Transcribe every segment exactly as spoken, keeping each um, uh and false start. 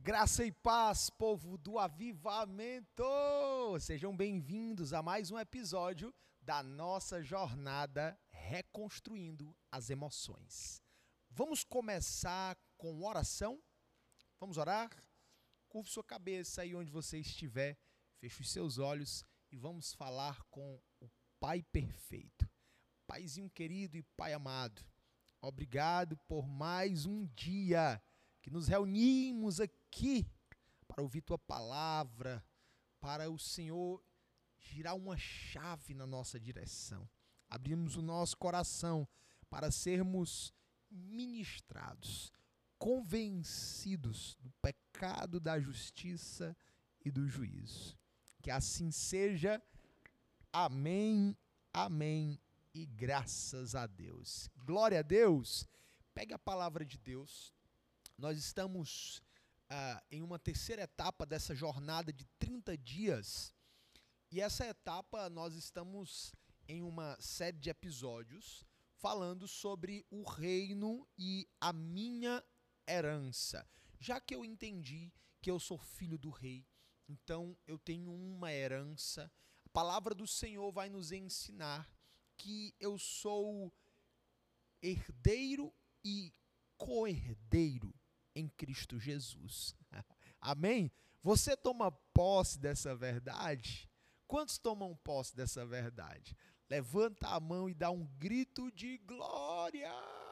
Graça e paz, povo do Avivamento! Sejam bem-vindos a mais um episódio da nossa jornada Reconstruindo as Emoções. Vamos começar com oração? Vamos orar? Curve sua cabeça aí onde você estiver, feche os seus olhos e vamos falar com o Pai Perfeito. Paizinho querido e Pai amado, obrigado por mais um dia que nos reunimos aqui para ouvir Tua palavra, para o Senhor girar uma chave na nossa direção. Abrimos o nosso coração para sermos ministrados, convencidos do pecado, da justiça e do juízo. Que assim seja. Amém, amém e graças a Deus. Glória a Deus. Pegue a palavra de Deus. Nós estamos ah, em uma terceira etapa dessa jornada de trinta dias. E essa etapa nós estamos em uma série de episódios falando sobre o reino e a minha herança. Já que eu entendi que eu sou filho do rei, então eu tenho uma herança. A palavra do Senhor vai nos ensinar que eu sou herdeiro e co-herdeiro em Cristo Jesus. Amém? Você toma posse dessa verdade? Quantos tomam posse dessa verdade? Levanta a mão e dá um grito de glória.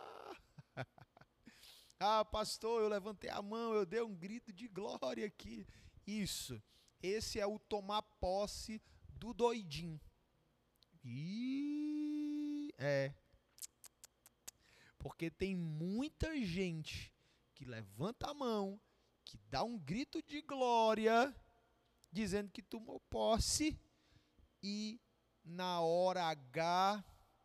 Ah, pastor, eu levantei a mão, eu dei um grito de glória aqui. Isso, esse é o tomar posse do doidinho. E é, porque tem muita gente que levanta a mão, que dá um grito de glória, dizendo que tomou posse, e na hora H,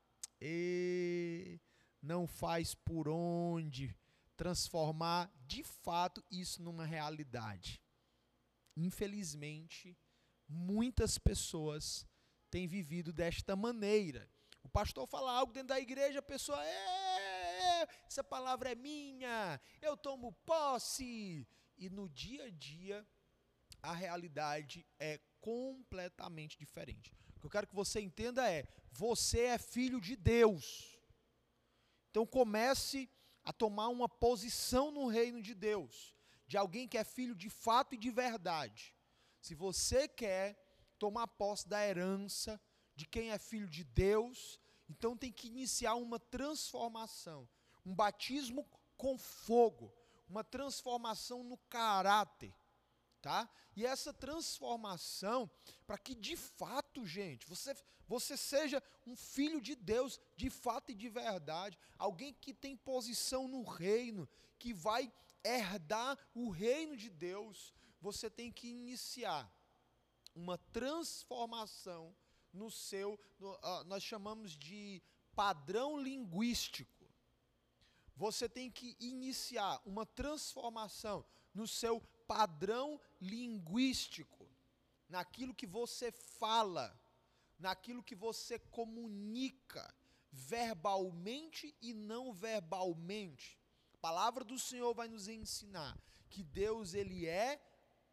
e não faz por onde transformar de fato isso numa realidade. Infelizmente, muitas pessoas têm vivido desta maneira. O pastor fala algo dentro da igreja, a pessoa, é, essa palavra é minha, eu tomo posse. E no dia a dia, a realidade é completamente diferente. O que eu quero que você entenda é, você é filho de Deus. Então comece a tomar uma posição no reino de Deus, de alguém que é filho de fato e de verdade. Se você quer tomar posse da herança de quem é filho de Deus, então tem que iniciar uma transformação, um batismo com fogo, uma transformação no caráter, tá? E essa transformação, para que de fato, gente, você, você seja um filho de Deus, de fato e de verdade, alguém que tem posição no reino, que vai herdar o reino de Deus, você tem que iniciar uma transformação no seu, no, uh, nós chamamos de padrão linguístico. Você tem que iniciar uma transformação no seu padrão linguístico, naquilo que você fala, naquilo que você comunica, verbalmente e não verbalmente. A palavra do Senhor vai nos ensinar que Deus, ele é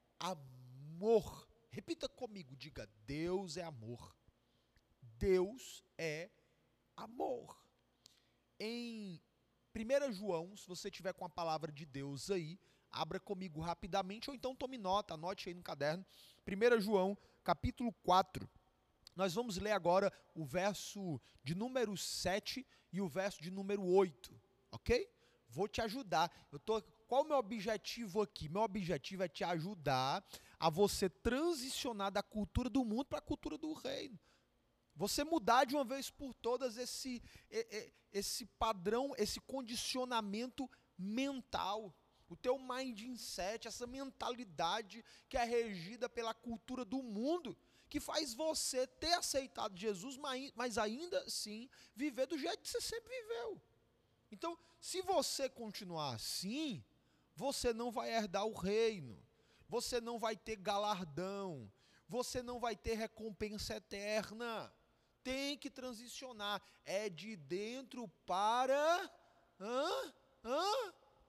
amor. Repita comigo, diga, Deus é amor. Deus é amor. Em primeiro João, se você tiver com a palavra de Deus aí, abra comigo rapidamente, ou então tome nota, anote aí no caderno. primeiro João, capítulo quatro. Nós vamos ler agora o verso de número sete e o verso de número oito, ok? Vou te ajudar. Eu tô, qual é o meu objetivo aqui? Meu objetivo é te ajudar a você transicionar da cultura do mundo para a cultura do reino. Você mudar de uma vez por todas esse, esse padrão, esse condicionamento mental. O teu mindset, essa mentalidade que é regida pela cultura do mundo, que faz você ter aceitado Jesus, mas ainda assim viver do jeito que você sempre viveu. Então, se você continuar assim, você não vai herdar o reino, você não vai ter galardão, você não vai ter recompensa eterna. Tem que transicionar, é de dentro para... Hã? Hã?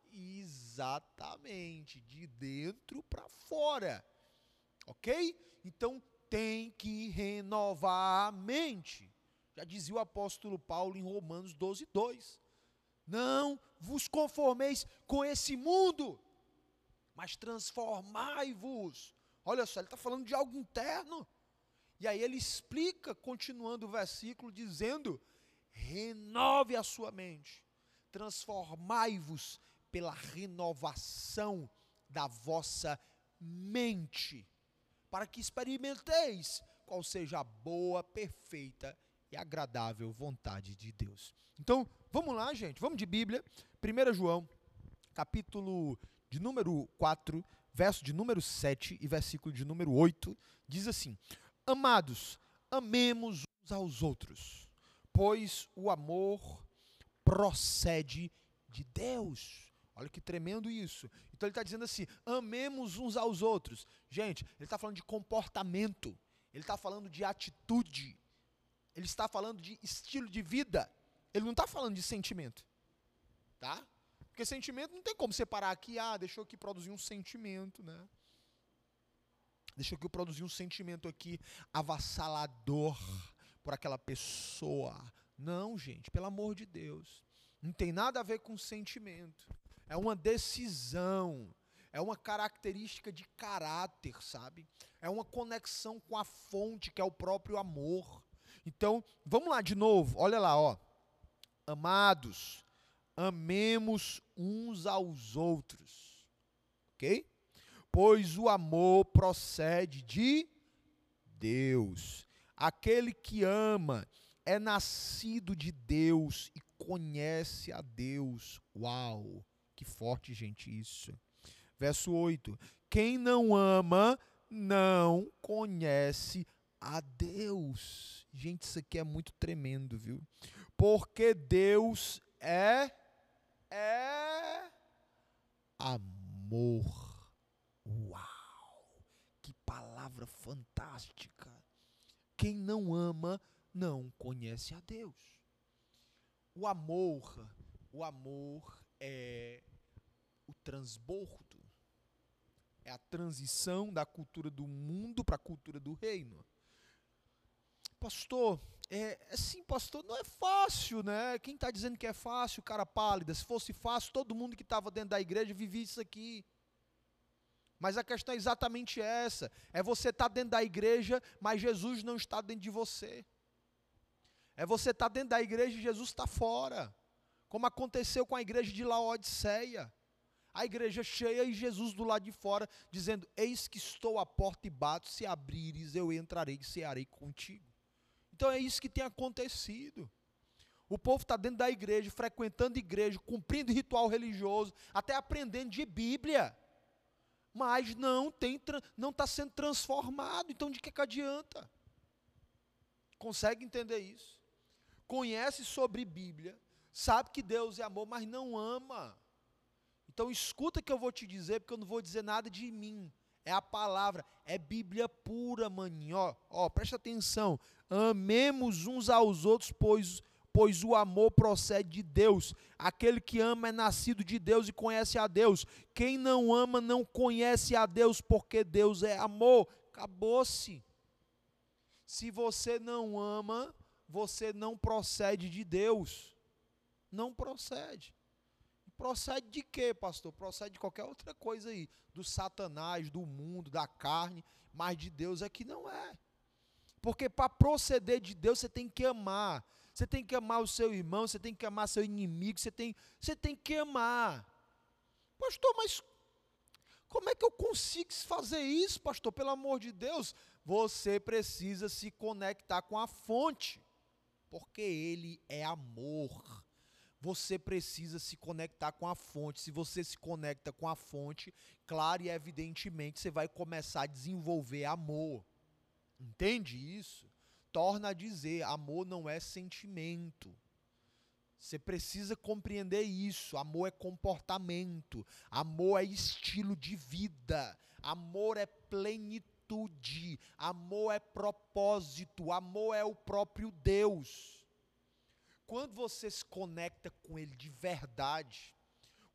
Exatamente, de dentro para fora, ok? Então tem que renovar a mente. Já dizia o apóstolo Paulo em Romanos doze, dois. Não vos conformeis com esse mundo, mas transformai-vos. Olha só, ele está falando de algo interno. E aí ele explica, continuando o versículo, dizendo: renove a sua mente, transformai-vos pela renovação da vossa mente, para que experimenteis qual seja a boa, perfeita e agradável vontade de Deus. Então, vamos lá, gente, vamos de Bíblia. primeiro João, capítulo de número quatro, verso de número sete e versículo de número oito, diz assim: amados, amemos uns aos outros, pois o amor procede de Deus. Olha que tremendo isso. Então ele está dizendo assim, amemos uns aos outros. Gente, ele está falando de comportamento, ele está falando de atitude, ele está falando de estilo de vida, ele não está falando de sentimento, tá? Porque sentimento não tem como separar aqui, ah, deixa eu aqui produzir um sentimento, né? Deixa eu aqui produzir um sentimento aqui avassalador por aquela pessoa. Não, gente, pelo amor de Deus. Não tem nada a ver com sentimento. É uma decisão, é uma característica de caráter, sabe? É uma conexão com a fonte, que é o próprio amor. Então, vamos lá de novo, olha lá, ó. Amados, amemos uns aos outros, ok? Pois o amor procede de Deus. Aquele que ama é nascido de Deus e conhece a Deus. Uau, que forte, gente, isso. Verso oito. Quem não ama, não conhece a Deus. Gente, isso aqui é muito tremendo, viu? Porque Deus é, é amor. Uau, que palavra fantástica. Quem não ama, não conhece a Deus. O amor, o amor é o transbordo, é a transição da cultura do mundo para a cultura do reino. Pastor, é assim, pastor, não é fácil, né? Quem está dizendo que é fácil, cara pálida? Se fosse fácil, todo mundo que estava dentro da igreja vivia isso aqui. Mas a questão é exatamente essa, é você estar dentro da igreja, mas Jesus não está dentro de você. É você estar dentro da igreja e Jesus está fora, como aconteceu com a igreja de Laodiceia. A igreja cheia e Jesus do lado de fora, dizendo, eis que estou à porta e bato, se abrires eu entrarei e cearei contigo. Então é isso que tem acontecido. O povo está dentro da igreja, frequentando igreja, cumprindo ritual religioso, até aprendendo de Bíblia, mas não tem, não está sendo transformado. Então de que, que adianta? Consegue entender isso? Conhece sobre Bíblia, sabe que Deus é amor, mas não ama. Então escuta que eu vou te dizer, porque eu não vou dizer nada de mim. É a palavra, é Bíblia pura, maninho. Ó, ó, presta atenção. Amemos uns aos outros, pois, pois o amor procede de Deus. Aquele que ama é nascido de Deus e conhece a Deus. Quem não ama não conhece a Deus, porque Deus é amor. Acabou-se. Se você não ama, você não procede de Deus. Não procede. Procede de quê, pastor? Procede de qualquer outra coisa aí. Do Satanás, do mundo, da carne. Mas de Deus é que não é. Porque para proceder de Deus, você tem que amar. Você tem que amar o seu irmão, você tem que amar seu inimigo, você tem, você tem que amar. Pastor, mas como é que eu consigo fazer isso, pastor? Pelo amor de Deus, você precisa se conectar com a fonte. Porque Ele é amor. Você precisa se conectar com a fonte. Se você se conecta com a fonte, claro e evidentemente, você vai começar a desenvolver amor. Entende isso? Torna a dizer, amor não é sentimento. Você precisa compreender isso. Amor é comportamento. Amor é estilo de vida. Amor é plenitude. Amor é propósito. Amor é o próprio Deus. Quando você se conecta com Ele de verdade,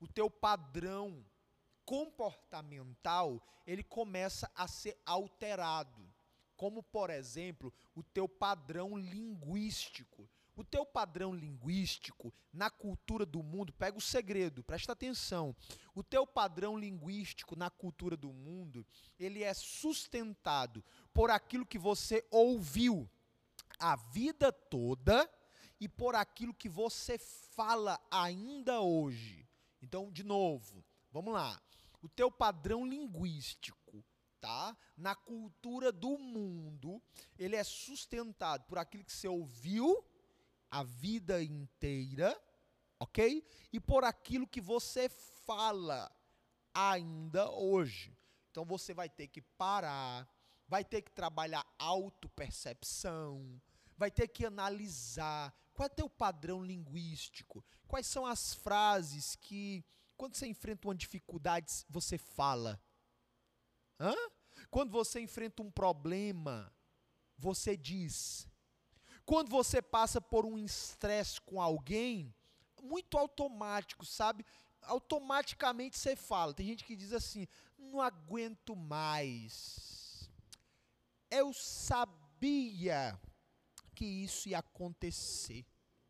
o teu padrão comportamental, ele começa a ser alterado. Como, por exemplo, o teu padrão linguístico. O teu padrão linguístico, na cultura do mundo, pega o segredo, presta atenção. O teu padrão linguístico na cultura do mundo, ele é sustentado por aquilo que você ouviu a vida toda e por aquilo que você fala ainda hoje. Então, de novo, vamos lá. O teu padrão linguístico, tá? Na cultura do mundo, ele é sustentado por aquilo que você ouviu a vida inteira, ok? E por aquilo que você fala ainda hoje. Então você vai ter que parar, vai ter que trabalhar autopercepção, vai ter que analisar qual é o teu padrão linguístico, quais são as frases que, quando você enfrenta uma dificuldade, você fala. Hã? Quando você enfrenta um problema, você diz. Quando você passa por um estresse com alguém, muito automático, sabe? Automaticamente você fala. Tem gente que diz assim, não aguento mais. Eu sabia que isso ia acontecer.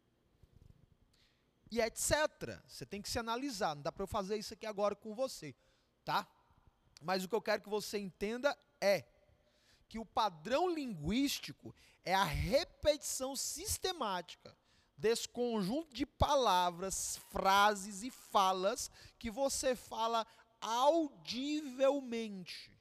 E etcétera. Você tem que se analisar. Não dá para eu fazer isso aqui agora com você, tá? Mas o que eu quero que você entenda é que o padrão linguístico é a repetição sistemática desse conjunto de palavras, frases e falas que você fala audivelmente.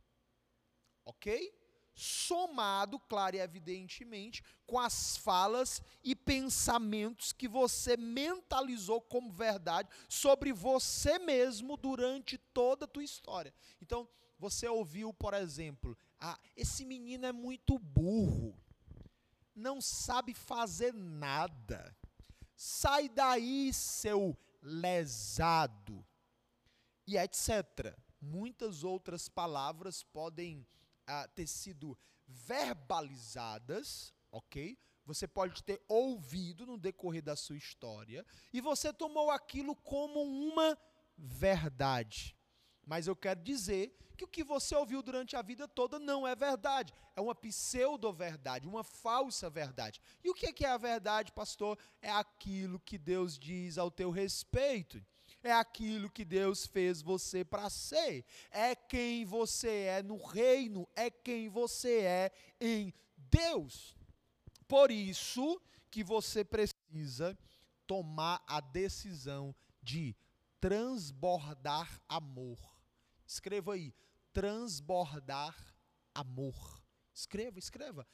Ok? Somado, claro e evidentemente, com as falas e pensamentos que você mentalizou como verdade sobre você mesmo durante toda a tua história. Então, você ouviu, por exemplo, ah, esse menino é muito burro, não sabe fazer nada, sai daí, seu lesado, e etcétera. Muitas outras palavras podem ah, ter sido verbalizadas, ok? Você pode ter ouvido no decorrer da sua história, e você tomou aquilo como uma verdade. Mas eu quero dizer que o que você ouviu durante a vida toda não é verdade. É uma pseudo-verdade, uma falsa verdade. E o que é a verdade, pastor? É aquilo que Deus diz ao teu respeito. É aquilo que Deus fez você para ser. É quem você é no reino. É quem você é em Deus. Por isso que você precisa tomar a decisão de transbordar amor. Escreva aí, transbordar amor. Escreva, escreva.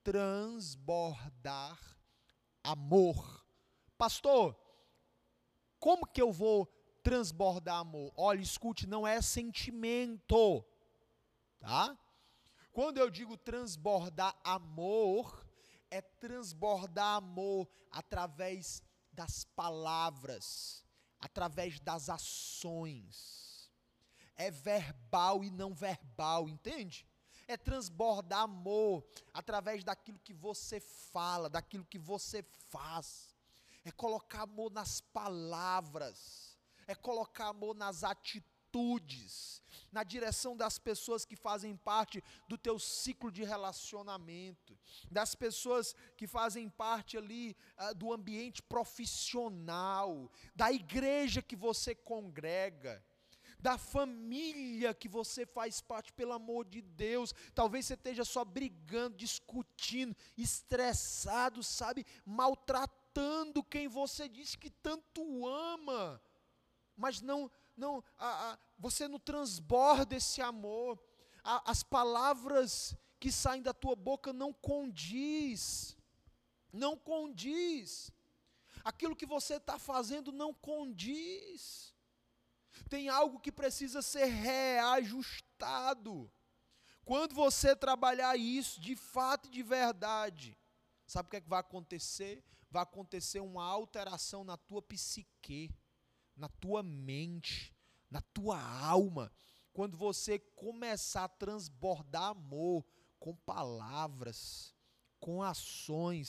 Transbordar amor. Pastor, como que eu vou transbordar amor? Olha, escute, não é sentimento, tá? Quando eu digo transbordar amor, é transbordar amor através das palavras, através das ações. É verbal e não verbal, entende? É transbordar amor através daquilo que você fala, daquilo que você faz. É colocar amor nas palavras, é colocar amor nas atitudes, na direção das pessoas que fazem parte do teu ciclo de relacionamento, das pessoas que fazem parte ali uh, do ambiente profissional, da igreja que você congrega, da família que você faz parte, pelo amor de Deus. Talvez você esteja só brigando, discutindo, estressado, sabe, maltratando quem você diz que tanto ama, mas não, não, a, a, você não transborda esse amor, a, as palavras que saem da tua boca não condiz, não condiz, aquilo que você está fazendo não condiz. Tem algo que precisa ser reajustado. Quando você trabalhar isso de fato e de verdade, sabe o que é que vai acontecer? Vai acontecer uma alteração na tua psique, na tua mente, na tua alma. Quando você começar a transbordar amor com palavras, com ações,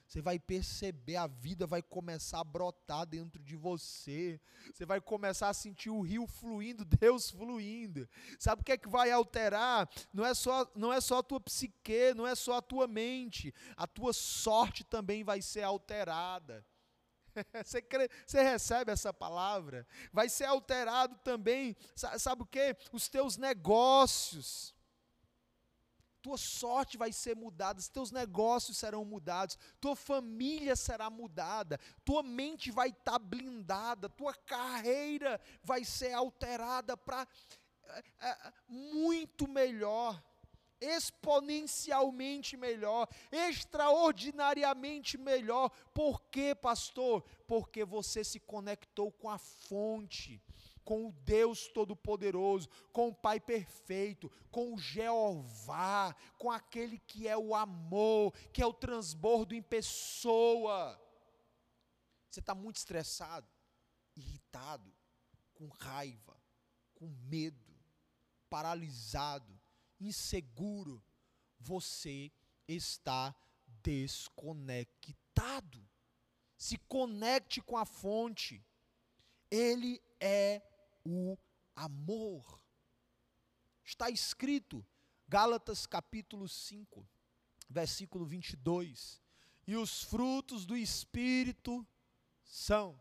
Você vai perceber, a vida vai começar a brotar dentro de você. Você vai começar a sentir o rio fluindo, Deus fluindo. Sabe o que é que vai alterar? Não é só, não é só a tua psique, não é só a tua mente. A tua sorte também vai ser alterada. Você, crê, você recebe essa palavra? Vai ser alterado também, sabe o quê? Os teus negócios. Tua sorte vai ser mudada, os teus negócios serão mudados, tua família será mudada, tua mente vai estar blindada, tua carreira vai ser alterada para é, é, muito melhor, exponencialmente melhor, extraordinariamente melhor. Por quê, pastor? Porque você se conectou com a fonte, com o Deus Todo-Poderoso, com o Pai Perfeito, com o Jeová, com aquele que é o amor, que é o transbordo em pessoa. Você está muito estressado, irritado, com raiva, com medo, paralisado, inseguro. Você está desconectado. Se conecte com a fonte. Ele é o amor. Está escrito, Gálatas capítulo cinco, versículo vinte e dois, e os frutos do Espírito são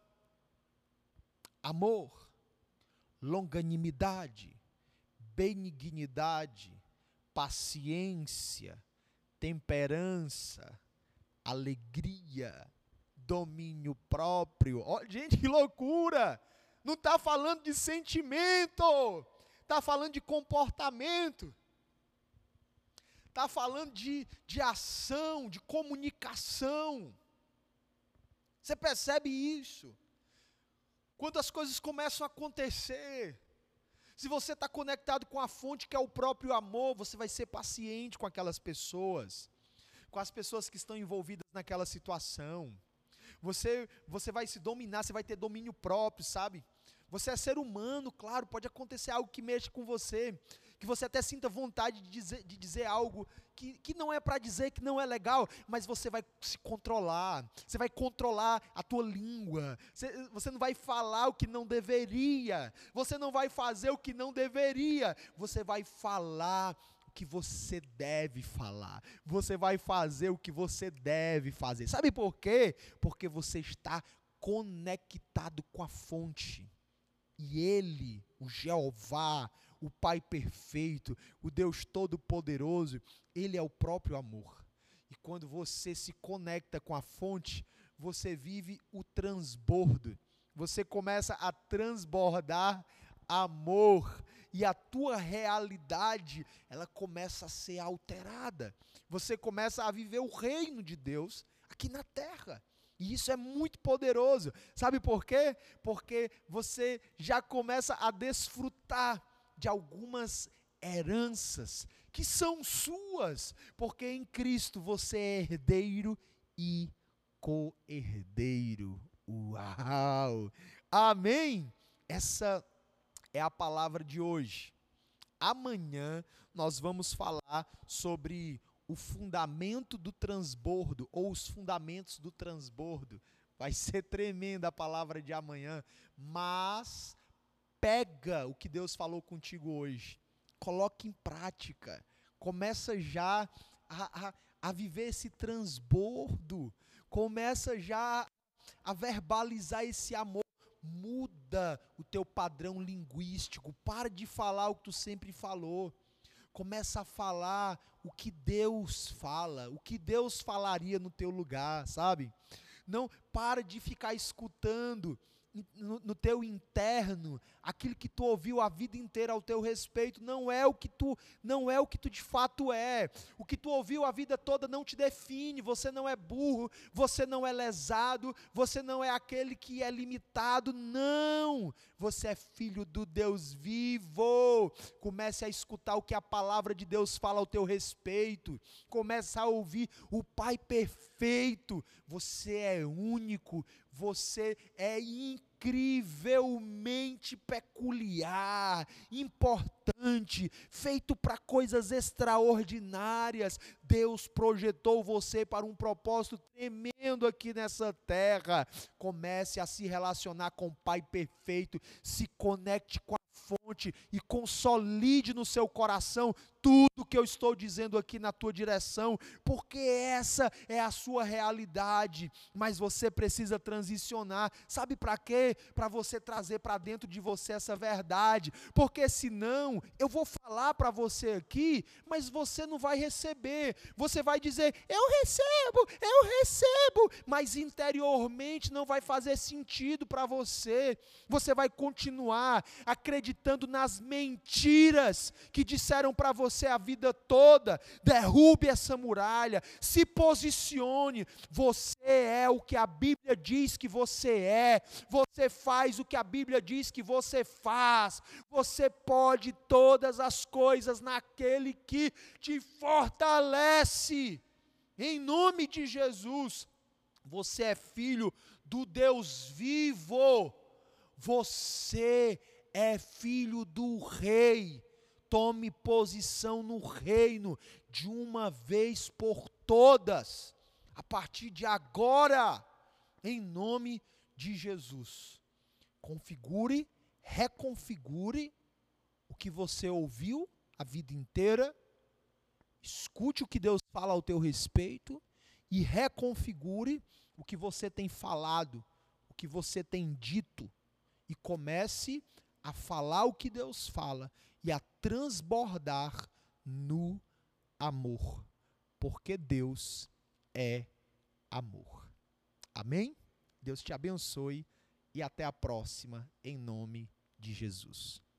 amor, longanimidade, benignidade, paciência, temperança, alegria, domínio próprio. Oh, gente, que loucura! Não está falando de sentimento, está falando de comportamento, está falando de, de ação, de comunicação. Você percebe isso? Quando as coisas começam a acontecer, se você está conectado com a fonte que é o próprio amor, você vai ser paciente com aquelas pessoas, com as pessoas que estão envolvidas naquela situação. Você, você vai se dominar, você vai ter domínio próprio, sabe? Você é ser humano, claro, pode acontecer algo que mexe com você, que você até sinta vontade de dizer, de dizer algo que, que não é para dizer, que não é legal, mas você vai se controlar, você vai controlar a tua língua, você, você não vai falar o que não deveria, você não vai fazer o que não deveria, você vai falar o que você deve falar, você vai fazer o que você deve fazer. Sabe por quê? Porque você está conectado com a fonte. E Ele, o Jeová, o Pai Perfeito, o Deus Todo-Poderoso, Ele é o próprio amor. E quando você se conecta com a fonte, você vive o transbordo. Você começa a transbordar amor. E a tua realidade, ela começa a ser alterada. Você começa a viver o reino de Deus aqui na terra. E isso é muito poderoso. Sabe por quê? Porque você já começa a desfrutar de algumas heranças que são suas, porque em Cristo você é herdeiro e co-herdeiro. Uau! Amém? Essa é a palavra de hoje. Amanhã nós vamos falar sobre o fundamento do transbordo, ou os fundamentos do transbordo. Vai ser tremenda a palavra de amanhã, mas pega o que Deus falou contigo hoje, coloque em prática, começa já a, a, a viver esse transbordo, começa já a verbalizar esse amor. Muda o teu padrão linguístico, para de falar o que tu sempre falou. Começa a falar o que Deus fala, o que Deus falaria no teu lugar, sabe? Não, para de ficar escutando no, no teu interno aquilo que tu ouviu a vida inteira ao teu respeito. Não é o que tu, não é o que tu de fato é. O que tu ouviu a vida toda não te define. Você não é burro, você não é lesado, você não é aquele que é limitado. Não, você é filho do Deus vivo. Comece a escutar o que a palavra de Deus fala ao teu respeito. Comece a ouvir o Pai perfeito. Você é único, você é incrível. incrivelmente peculiar, importante, feito para coisas extraordinárias. Deus projetou você para um propósito tremendo aqui nessa terra. Comece a se relacionar com o Pai perfeito, se conecte com a fonte e consolide no seu coração tudo que eu estou dizendo aqui na tua direção, porque essa é a sua realidade, mas você precisa transicionar. Sabe para quê? Para você trazer para dentro de você essa verdade, porque senão eu vou falar para você aqui, mas você não vai receber. Você vai dizer, eu recebo, eu recebo, mas interiormente não vai fazer sentido para você. Você vai continuar acreditando nas mentiras que disseram para você a vida toda. Derrube essa muralha, se posicione. Você é o que a Bíblia diz que você é. Você faz o que a Bíblia diz que você faz. Você pode todas as coisas naquele que te fortalece. Em nome de Jesus, você é filho do Deus vivo. Você é filho do Rei. Tome posição no reino de uma vez por todas, a partir de agora, em nome de Jesus. Configure, reconfigure o que você ouviu a vida inteira, escute o que Deus fala ao teu respeito e reconfigure o que você tem falado, o que você tem dito, e comece a falar o que Deus fala e a transbordar no amor, porque Deus é amor. Amém? Deus te abençoe e até a próxima, em nome de Jesus.